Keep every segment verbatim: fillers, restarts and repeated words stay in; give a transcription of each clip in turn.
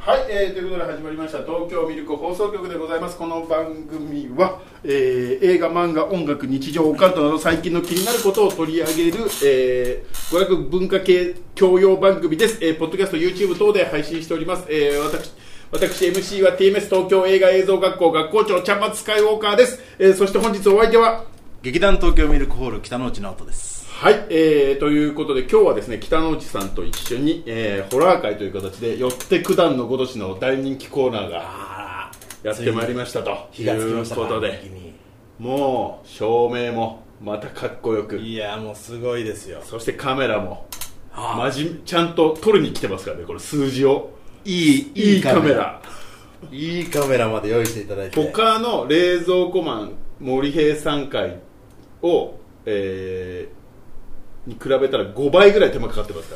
はい、えー、ということで始まりました東京ミルク放送局でございます。この番組は、えー、映画、漫画、音楽、日常、オカルトなど最近の気になることを取り上げる、えー、娯楽文化系教養番組です。えー、ポッドキャスト、YouTube 等で配信しております。えー、私私 エムシー は ティーエムエス 東京映画映像学校学校長ちゃんまつスカイウォーカーです。えー、そして本日お相手は劇団東京ミルクホール北之内直人です。 はい、えー、ということで今日はですね、北之内さんと一緒に、えー、ホラー会という形でよって九段のごとしの大人気コーナーがやってまいりましたということで、もう照明もまたかっこよく、 いやもうすごいですよ。 そしてカメラも真面目ちゃんと撮りに来てますからね、これ数字をいいいいカメラいいカメラまで用意していただいて、 他の冷蔵庫マン森平さん回を、えーに比べたらごばいぐらい手間かかってますから。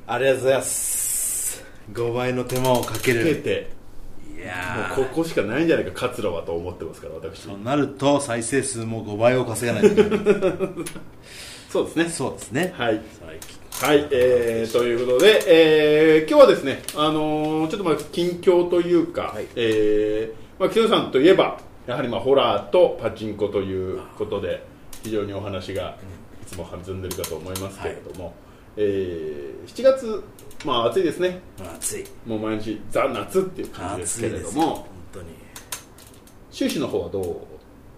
ありがとうございます。ごばいの手間をかける。 かけて、 いやもうここしかないんじゃないか活路はと思ってますから、私。 となると再生数もごばいを稼がないといけない。 そうですね。 そうですね。 はい。はい、えー、ということで、えー、今日はですね、あのー、ちょっとまあ近況というか、はい、えー、まあ、北野さんといえばやはりまあホラーとパチンコということで非常にお話が、うんいつも弾んでるかと思いますけれども、はい、えー、しちがつ、まあ暑いですね。 暑い。 もう毎日ザ夏っていう感じですけれども、 本当に。 収支の方はどう？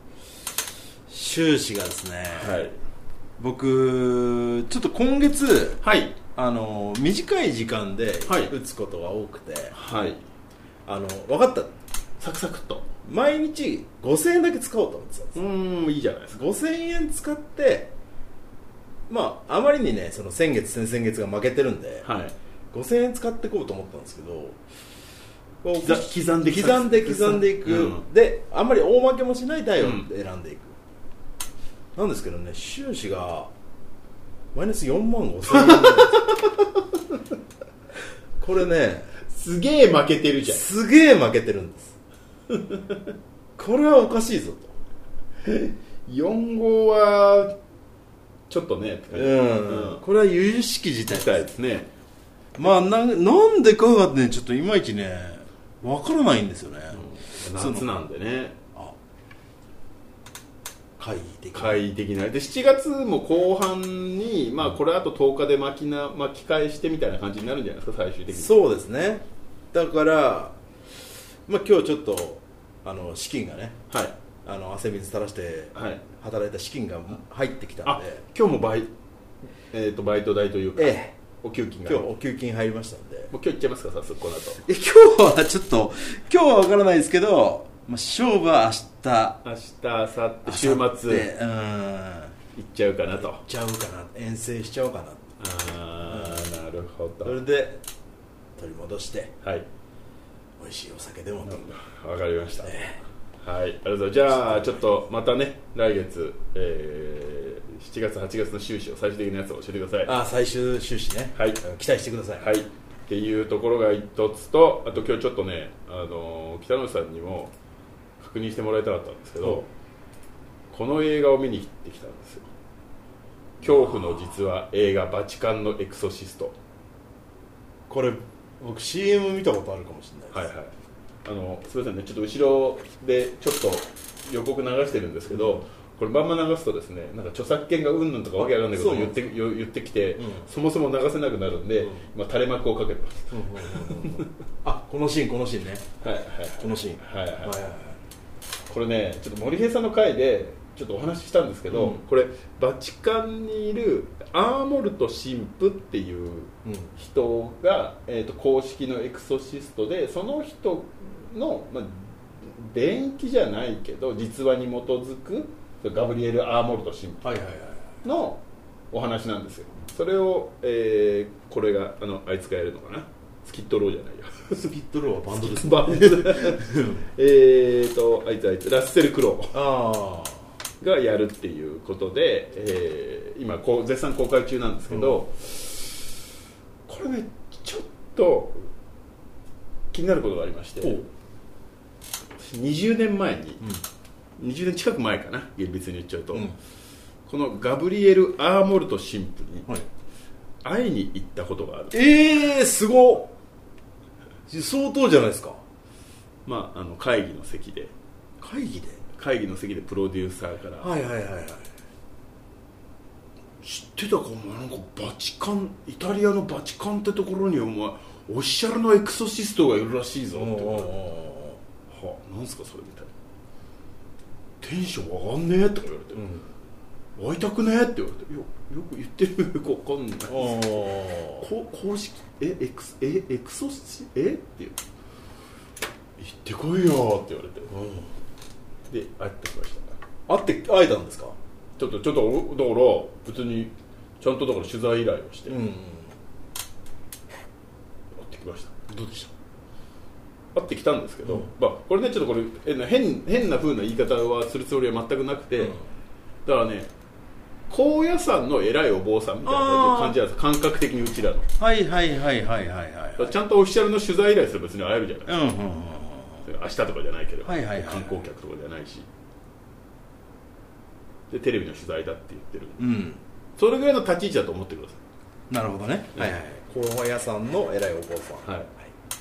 収支がですね、 はい、 僕ちょっと今月、 はい、 あの短い時間で打つことが多くて、 はい、 あの分かった。 サクサクっと毎日ごせんえんだけ使おうと思ってたんです。 うーん、いいじゃないですか。 ごせんえん使って、まあ、あまりにねその先月先々月が負けてるんで、はい、ごせんえん使っていこうと思ったんですけど、 刻んで刻んで刻んでいく、うん、であんまり大負けもしない台を選んでいく、うん、なんですけどね、収支がマイナスよんまんごせんえんなんですこれねすげえ負けてるじゃん。 すげえ負けてるんですこれはおかしいぞとよん号はちょっとね、 うんうん、これは由々しき事態ですね。 まあ な, なんでかがねちょっといまいちねわからないんですよね、 うん、夏なんでね、 あ怪異的な怪異的なでしちがつも後半に、まあ、これあととおかで巻きな巻き返してみたいな感じになるんじゃないですか、最終的に。 そうですね。だから、まあ、今日ちょっとあの資金がね、はい、あの汗水垂らして働いた資金が入ってきたので、 あ今日もバイ、えー、とバイト代というか、ええ、お給金が今日お給金入りましたので、 もう今日行っちゃいますか、早速この後。 え今日はちょっと今日は分からないですけど、まあ、勝負は明日明日明後日週末うん行っちゃうかなと。行っちゃうかな、遠征しちゃおうかな。 ああ、なるほど。 それで取り戻して、 はい、 美味しいお酒でもと。 わかりました、ね、はい、ありがとうございます。じゃあちょっとまたね来月、えー、しちがつはちがつの収支を最終的なやつを教えてください。 あ最終収支ね、はい、期待してください。 はい、っていうところが一つと、あと今日ちょっとね、あの北野さんにも確認してもらいたかったんですけど、この映画を見に行ってきたんですよ。恐怖の実話映画バチカンのエクソシスト。 これ僕 シーエム 見たことあるかもしれないです。 はいはい、あのすみませんね、ちょっと後ろでちょっと予告流してるんですけど、うん、これまんま流すとですね、なんか著作権がうんぬんとかわけわかんないことを言って言ってきて、うん、そもそも流せなくなるんで、うん、今垂れ幕をかけてます、うんうんうんうん、 あこのシーンこのシーンね、 はいはい、 このシーン、 はいはいはいはい、これねちょっと森平さんの回でちょっとお話ししたんですけど、うん、これバチカンにいるアーモルト神父っていう人が、うんえー、と公式のエクソシストで、その人の、まあ、伝記じゃないけど実話に基づくガブリエル・アーモルト神父のお話なんですよ。それを、えー、これが あ, のあいつがやるのかな、スキットローじゃないよスキットローはバンドですねバンドえーとあいつあいつラッセル・クロウあがやるっていうことで、えー、今こう絶賛公開中なんですけど、うん、これねちょっと気になることがありまして、にじゅうねんまえに、うん、にじゅうねん近く前かな、厳密に言っちゃうと、うん、このガブリエル・アーモルト神父に会いに行ったことがある。 えーすごっ相当じゃないですか。 まあ、あの会議の席で会議で会議の席でプロデューサーから、 はいはいはいはい、 知ってたかお前、なんかバチカン、イタリアのバチカンってところにお前オフィシャルのエクソシストがいるらしいぞって言われて、はあ、なんすかそれみたいな、テンション上がんねえとか言われて、うん、会いたくねえって言われて、よ, よく言ってるよくわかんないこ公式えエクスえエクソシえって言って行ってこいよって言われて、うん、で会ってきました。 会って会えたんですか。 ちょっとちょっとだから別にちゃんとだから取材依頼をして、うん、会ってきました。 どうでした。 会ってきたんですけど、 うん、 まあ、これねちょっとこれ変変な風な言い方はするつもりは全くなくて、うん、だからね高野山の偉いお坊さんみたいな感じなんです感覚的にうちらの。 はいはいはいはいはいはい、 ちゃんとオフィシャルの取材依頼すれば別に会えるじゃないですか、うんうんうん、明日とかじゃないけど、はいはいはい、観光客とかじゃないしでテレビの取材だって言ってる、うん、それぐらいの立ち位置だと思ってください。なるほどね、うん、はいはい、高野屋さんの偉いお坊さん、はいはい、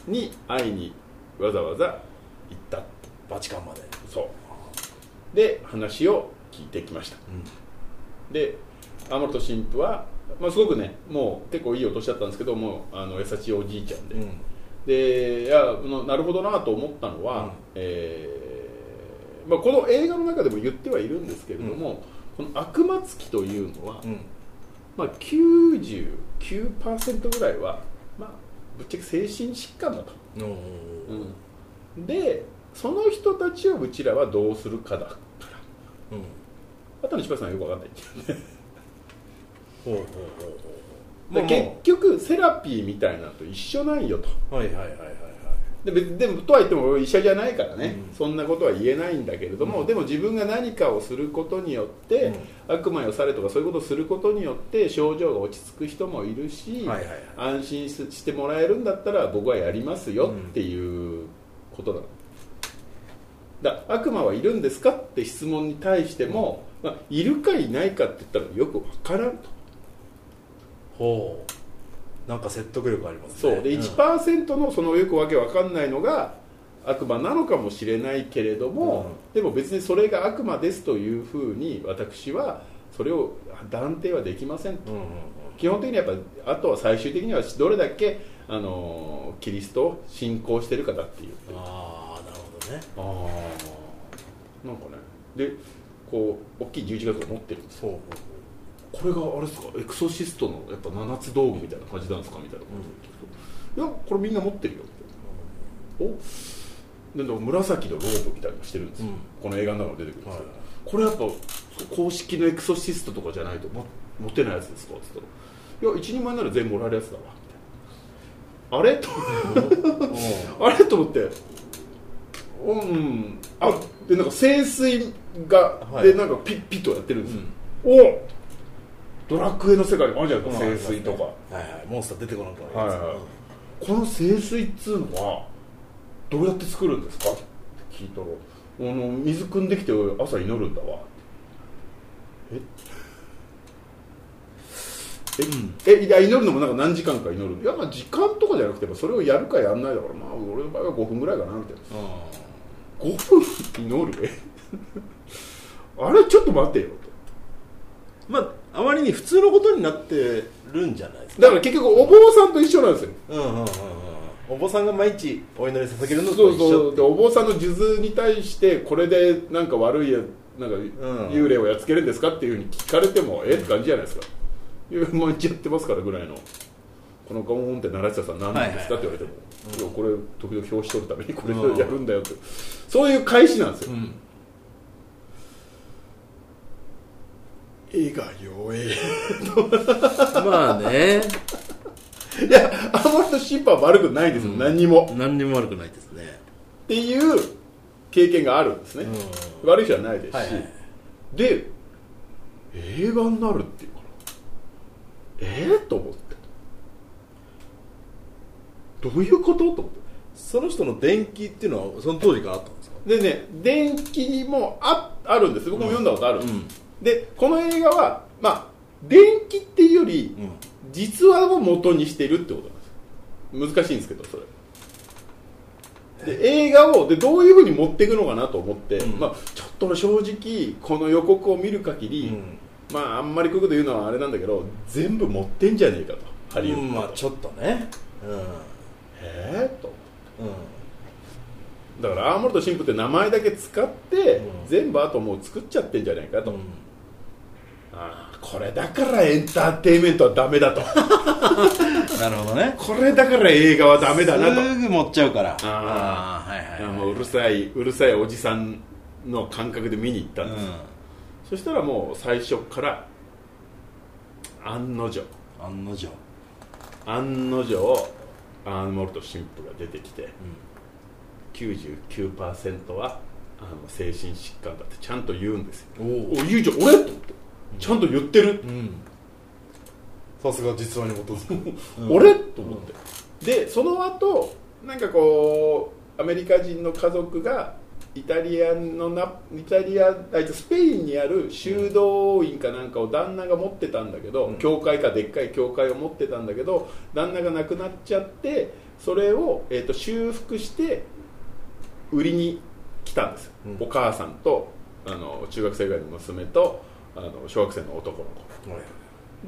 に会いにわざわざ行ったバチカンまで。 そうで話を聞いてきました、うん、で天本神父は、まあ、すごくねもう結構いいお年だったんですけどもあの優しいおじいちゃんで、うん、でいやなるほどなと思ったのは、うんえーまあ、この映画の中でも言ってはいるんですけれども、うん、この悪魔つきというのは、うんまあ、きゅうじゅうきゅうパーセント ぐらいは、まあ、ぶっちゃけ精神疾患だと、うん、でその人たちをうちらはどうするかだから、うん、あとの柴田さんはよく分かんないっていうねほうほうほうほう、結局セラピーみたいなのと一緒なんよと。はいはいはいはい、はい、で, でもとは言っても医者じゃないからね、うん、そんなことは言えないんだけれども、うん、でも自分が何かをすることによって、うん、悪魔よされとかそういうことをすることによって症状が落ち着く人もいるし、はいはいはい、安心してもらえるんだったら僕はやりますよっていうことだ、うん、だ悪魔はいるんですかって質問に対しても、まあ、いるかいないかって言ったらよく分からんと。 ほう、なんか説得力ありますね。 そうで いちパーセント のそのよくわけわかんないのが悪魔なのかもしれないけれども、うん、でも別にそれが悪魔ですというふうに私はそれを断定はできませんと、うんうんうん、基本的にやっぱあとは最終的にはどれだけあのキリストを信仰してるかだっていう。 ああなるほどね。 あなんかねでこう大きいじゅういちがつを持ってるんですよ。これがあれですかエクソシストのやっぱななつ道具みたいな感じなんですかみたいなことを聞くと、うん、いやこれみんな持ってるよみたいな、うん、おで紫のローブみたいなのしてるんですよ、うん、この映画の中で出てくるんですよ、はい、これやっぱ公式のエクソシストとかじゃないと持てないやつですかって言ったらいや一人前なら全部もらえるやつだわみたいなあれとあれと思ってうんあでなんか聖水が、はい、でなんかピッピッとやってるんですよ、うん、おドラクエの世界にもあるじゃないですか、聖水とか、はいはい、モンスター出てこなくなるやつ、はいはい、 この聖水っつうのはどうやって作るんですかって聞いたらあの水汲んできて朝祈るんだわええ、うん、えいや祈るのもなんか何時間か祈るいやまあ時間とかじゃなくてそれをやるかやんないだからまあ俺の場合はごふんぐらいかなみたいなごふん祈るあれちょっと待ってよとまああまりに普通のことになってるんじゃないですか。 だから結局お坊さんと一緒なんですよ、うんうんうんうん、 お坊さんが毎日お祈り捧げるのと一緒。 そうそうでお坊さんの数珠に対してこれでなんか悪いやなんか幽霊をやっつけるんですかっていうふうに聞かれても、うん、えって感じじゃないですか毎日やってますからぐらいのこのゴーンって鳴らしたさん何なんですかって言われても、はいはい、これ時々表紙取るためにこれでやるんだよって、うん、そういう返しなんですよ、うん絵が弱えまあねいやあんまりと審判は悪くないですよ、うん、何にも何にも悪くないですねっていう経験があるんですね、うん、悪い人はないですし、はいはい、で映画になるっていうからえー、と思ってどういうことと思ってその人の伝記っていうのはその当時からあったんですか。 でね伝記も あ, あるんです僕も読んだことあるんです、うんうんでこの映画は、まあ、伝記っていうより、うん、実話を元にしてるってことなんです難しいんですけどそれで映画をでどういう風に持っていくのかなと思って、 うんまあ、ちょっと正直この予告を見る限り、うん、まああんまりこういうこと言うのはあれなんだけど全部持ってんじゃねえかとハリウッド、うん、 まあちょっとね、うん、へえー、と、うん、だからアーモルド神父って名前だけ使って、うん、全部あともう作っちゃってんじゃないかと、うん、あこれだからエンターテインメントはダメだとなるほどね、 これだから映画はダメだなとすぐ持っちゃうからああ、はいはいはい、もううるさいうるさいおじさんの感覚で見に行ったんです、うん、そしたらもう最初から案の定案の定案の定アーモルド神父が出てきて、うん、きゅうじゅうきゅうパーセント はあの精神疾患だってちゃんと言うんですよ。おお言うじゃん俺と思ってちゃんと言ってる、うん、 さすが実話に基づく、 うん、俺と思って、うん、でその後なんかこうアメリカ人の家族がイタリアのなイタリアあいつスペインにある修道院かなんかを旦那が持ってたんだけど、うん、教会かでっかい教会を持ってたんだけど旦那が亡くなっちゃってそれを、えーと、修復して売りに来たんですよ、うん、お母さんとあの中学生ぐらいの娘とあの小学生の男の子、はい、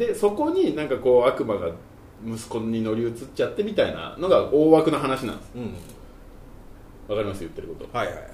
でそこになんかこう悪魔が息子に乗り移っちゃってみたいなのが大枠の話なんです、うん、わかります言ってることはいはいはい、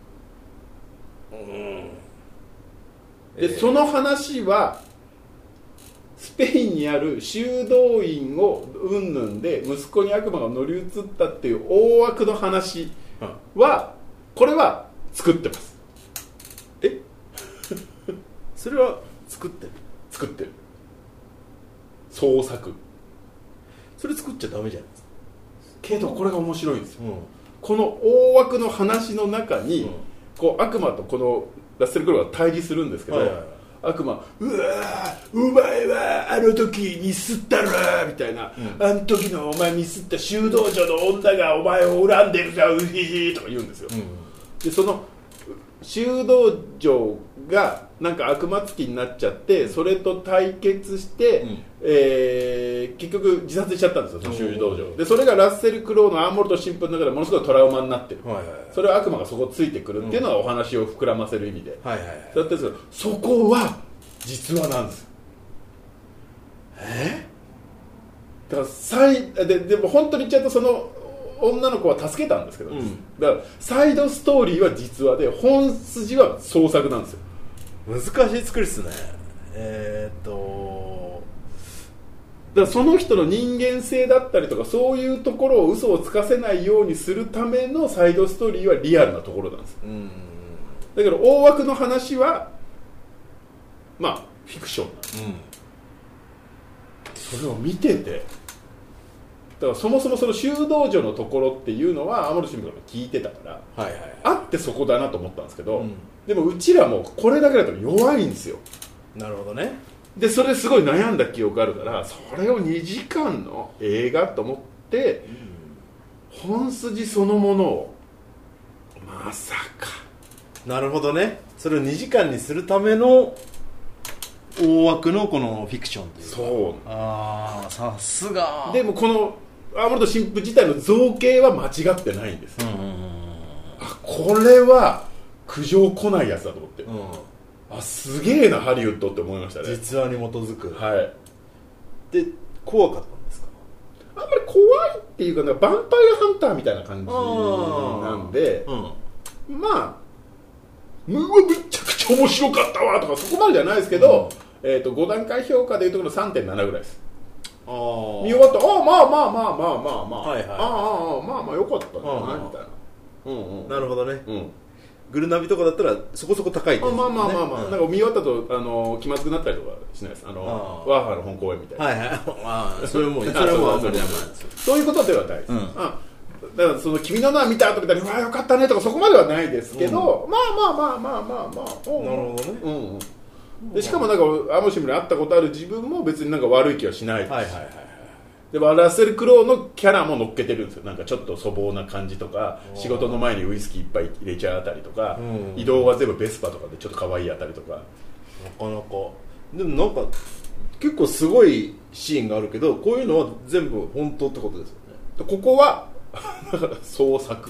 うん、で、えー、その話はスペインにある修道院をうんぬんで息子に悪魔が乗り移ったっていう大枠の話は、うん、これは作ってます。 えそれは作ってる作ってる創作それ作っちゃダメじゃないですか。 けどこれが面白いんですよ、うん、この大枠の話の中に、うん、こう悪魔とこのラッセル・クロウが対峙するんですけど、はいはいはい、悪魔うわお前はあの時ミスったろみたいな、うん、あの時のお前ミスった修道女の女がお前を恨んでるじゃんうひひとか言うんですよ、うん、でその修道女がなんか悪魔つきになっちゃってそれと対決して、うんえー、結局自殺しちゃったんですよその修道女でそれがラッセル・クロウのアーモルド神父の中でものすごいトラウマになってる、はいはいはい、それは悪魔がそこついてくるっていうのはお話を膨らませる意味で、はいはいはい、だったんですけどそこは実話なんですよ。えだからサイ で, でも本当にちゃんとその女の子は助けたんですけど、うん、だからサイドストーリーは実話で本筋は創作なんですよ。 難しい作りっすね。えー、っとだからその人の人間性だったりとかそういうところを嘘をつかせないようにするためのサイドストーリーはリアルなところなんです、うん、だけど大枠の話はまあフィクションなんです、うん、それを見ててだからそもそもその修道女のところっていうのはアーモルド神父が聞いてたから、はいはいはい、あってそこだなと思ったんですけど、うん、でもうちらもこれだけだと弱いんですよ。 なるほどね。 でそれすごい悩んだ記憶あるからそれをにじかんの映画と思って、うん、本筋そのものをまさかなるほどね。それをにじかんにするための大枠のこのフィクションというかそうああさすがでもこのアーモルド神父自体の造形は間違ってないんですよ、うんうんうん、あこれは苦情来ないやつだと思って、うん、あすげえなハリウッドって思いましたね。 実話に基づくはいで怖かったんですか。 あんまり怖いっていうかヴァンパイアハンターみたいな感じなんで、うん、まあうわめちゃくちゃ面白かったわとかそこまでじゃないですけど、うんえー、とご段階評価でいうところ さんてんなな ぐらいです。あ見終わったあまあまあまあまあまあまあ、はいはい、ああまあまあよかったんじゃないみたいな、 うんうん、なるほどね、うん、グルナビとかだったらそこそこ高いですよね。 まあまあまあまあ、うん、なんか見終わったとあの気まずくなったりとかしないです。あのあワーハーの本公演みたいな、はいはい、あそれもそれもそういうことではないです、うん、あだからその君の名見た後みたいにうわよかったねとかそこまではないですけど、うん、まあまあまあまあまあまあ、うん、なるほどね、うんうんでしかもなんかアーモシムに会ったことある自分も別になんか悪い気はしないです、はいはいはいはい、でもラッセル・クロウのキャラも乗っけてるんですよ。なんかちょっと粗暴な感じとか仕事の前にウイスキーいっぱい入れちゃうあたりとか、うん、移動は全部ベスパとかでちょっと可愛いあたりとかなかなかでもなんか結構すごいシーンがあるけどこういうのは全部本当ってことですよね。 ここは創作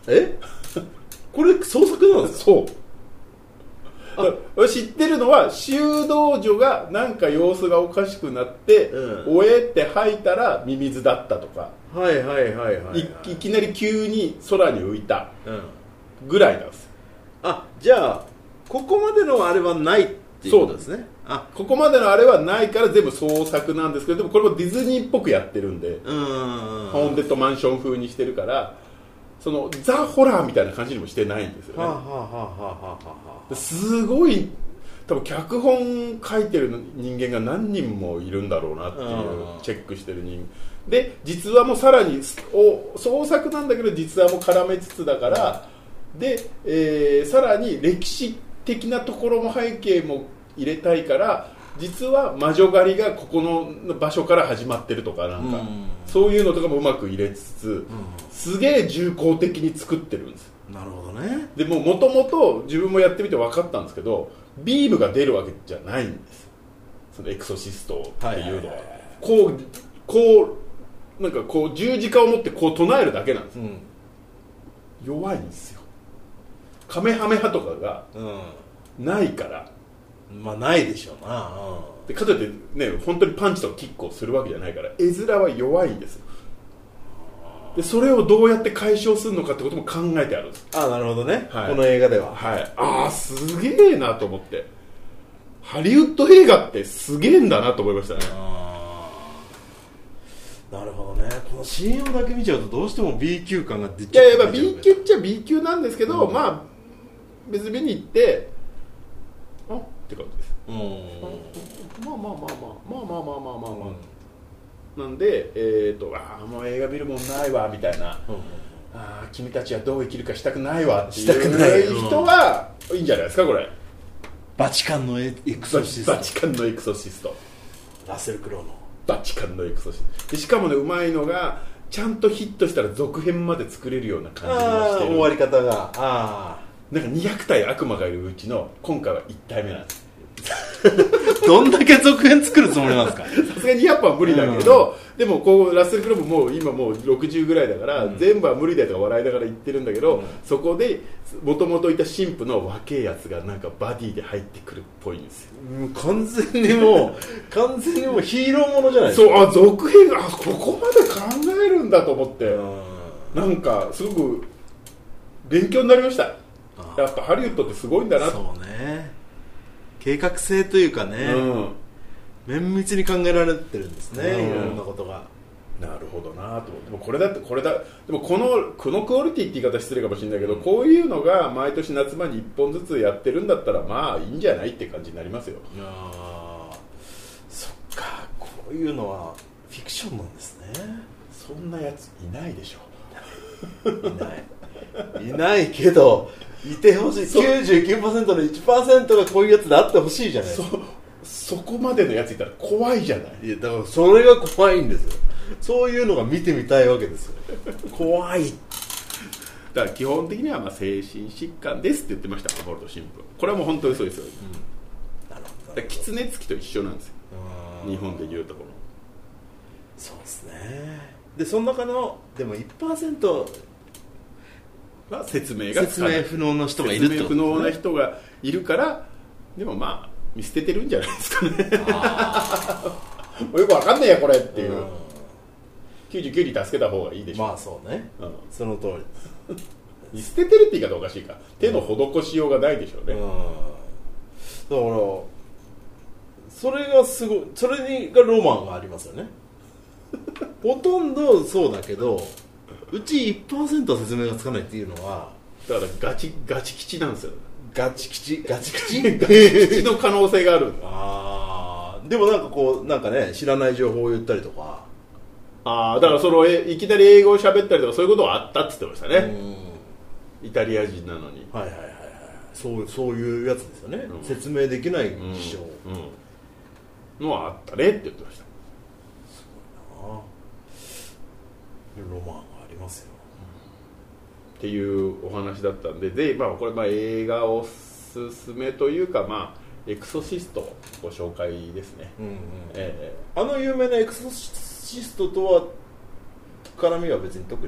えこれ創作なんですか？ そう俺知ってるのは修道女がなんか様子がおかしくなって、うん、おえって吐いたらミミズだったとか、 はいはいはいはい、はい、 い, いきなり急に空に浮いたぐらいなんです、 うん、あじゃあここまでのあれはないっていうことですね。 あここまでのあれはないから全部創作なんですけど、でもこれもディズニーっぽくやってるんで、うん、ホーンデッドマンション風にしてるからそのザ・ホラーみたいな感じにもしてないんですよね。はあはあはあはあはあ、すごい多分脚本書いてる人間が何人もいるんだろうなっていうチェックしてる人で、実話もさらにお創作なんだけど実話も絡めつつだからで、えー、さらに歴史的なところも背景も入れたいから実は魔女狩りがここの場所から始まってるとかなんか、うん、そういうのとかもうまく入れつつ、うん、すげえ重厚的に作ってるんです。 なるほどね。 でももともと自分もやってみて分かったんですけどビームが出るわけじゃないんです。そのエクソシストっていうのは、はいはいはい、こうこうなんかこう十字架を持ってこう唱えるだけなんです、うん、弱いんですよ。カメハメハとかがないから、 うん、まあないでしょうな、 うん、でかといってね本当にパンチとかキックをするわけじゃないから絵面は弱いんですよ。でそれをどうやって解消するのかってことも考えてあるんです。 ああなるほどね、はい、この映画では、 はい、ああすげえなと思ってハリウッド映画ってすげえんだなと思いましたね。 あなるほどね。この シーエム だけ見ちゃうとどうしても B 級感が出ちゃう。 いやいや B 級っちゃ B 級なんですけど、うん、まあ別に見に行ってあって感じです。うんまあまあまあまあまあまあまあまあまあまあまあ、うんなんで、えー、とあもう映画見るもんないわみたいな、うん、あ君たちはどう生きるかしたくないわっていう人はいいんじゃないですかこれ。 バチカンのエクソシストバチカンのエクソシストラッセル・クロウのバチカンのエクソシストでしかもねうまいのがちゃんとヒットしたら続編まで作れるような感じがしてる。 終わり方があなんかにひゃくたい悪魔がいるうちの今回はいったいめなんですどんだけ続編作るつもりなんですか。 さすがににひゃっぽんは無理だけど、うん、でもこうラッセル・クロウももう今もうろくじゅうぐらいだから、うん、全部は無理だよとか笑いながら言ってるんだけど、うん、そこでもともといた神父の若いやつがなんかバディで入ってくるっぽいんですよ。 もう完全にもう完全にもうヒーローものじゃないですか。 そうあ続編があここまで考えるんだと思って、うん、なんかすごく勉強になりました。やっぱハリウッドってすごいんだなと。 そうね計画性というかね、うん、綿密に考えられてるんですね、うん、いろいろなことが。 なるほどなと思って。でもこれだってこれだでもこのこのクオリティって言い方失礼かもしれないけど、うん、こういうのが毎年夏場にいっぽんずつやってるんだったらまあいいんじゃないって感じになりますよ。 あそっかこういうのはフィクションなんですね。 そんなやついないでしょ。いないいないけどいてほしい。 きゅうじゅうきゅうパーセント の いちパーセント がこういうやつであってほしいじゃないですか。 そ, そこまでのやついたら怖いじゃない。 いやだからそれが怖いんですよ。そういうのが見てみたいわけですよ。怖い。 だから基本的にはまあ精神疾患ですって言ってましたアボルト神父。これはもう本当にそうですよ、うん、なるほど。だから狐つきと一緒なんですよ日本でいうところ。 そうですね。でその中のでも いちパーセントは説明が説明不能の人がいるってことですね。 説明不能な人がいるからでもまあ見捨ててるんじゃないですかね。あよくわかんねえやこれっていう、うん、きゅうじゅうきゅうにん助けた方がいいでしょ。 まあそうね、うん、その通りです。 見捨ててるって言い方おかしいか。手の施しようがないでしょうね、うん、だからそれがすごい。それがロマンがありますよね。ほとんどそうだけどうち いちパーセント は説明がつかないっていうのはだからガチガチ吉なんですよ。 ガチ吉ガチ吉ガチ吉の可能性がある。 あでもなんかこうなんかね知らない情報を言ったりとか。 あだからそのいきなり英語を喋ったりとかそういうことがあったって言ってましたね。イタリア人なのに。 はいはいはいはい。そうそういうやつですよね、うん、説明できない事象、うんうん、のはあったねって言ってました。 すごいな。ロマンがありますよ、 うん、っていうお話だったんで、で、まあ、これまあ映画おすすめというか、まあ、エクソシストをご紹介ですね、うんうんえー、あの有名なエクソシストとは絡みは別に特には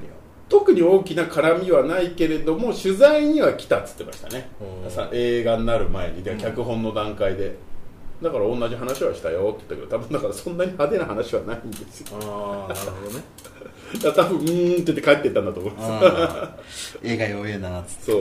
特に大きな絡みはないけれども取材には来たっつってましたね、 うん、 さ映画になる前にで脚本の段階で、だから同じ話はしたよって言ったけど、多分だからそんなに派手な話はないんですよ。 ああなるほどねだから多分うーんって言って帰っていったんだと思います映画弱えなっつってそう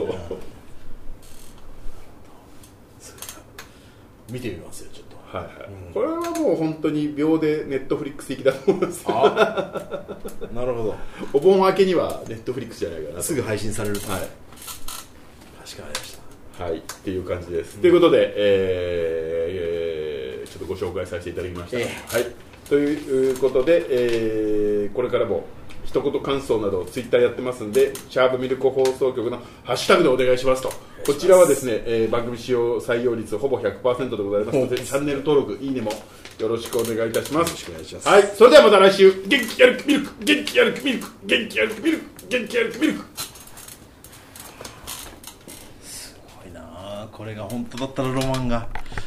見てみますよちょっと。 はいはい、うん、これはもう本当に秒でネットフリックス的だと思います。 あなるほど。 お盆明けにはネットフリックスじゃないかなすぐ配信されると。 はい、 確かにありました。 はいっていう感じです、うん、ということで、えーえー、ちょっとご紹介させていただきました、えー、はいということで、えー、これからも一言感想などツイッターやってますんで、シャープミルク放送局のハッシュタグでお願いしますと。こちらはですね、えー、番組使用採用率ほぼ ひゃくパーセント でございますので、チャンネル登録、いいねもよろしくお願いいたします。よろしくお願いします。はい、それではまた来週、元気やるくミルク、元気やるくミルク、元気やるくミルク、元気やるくミルク。 すごいなあ、これが本当だったらロマンが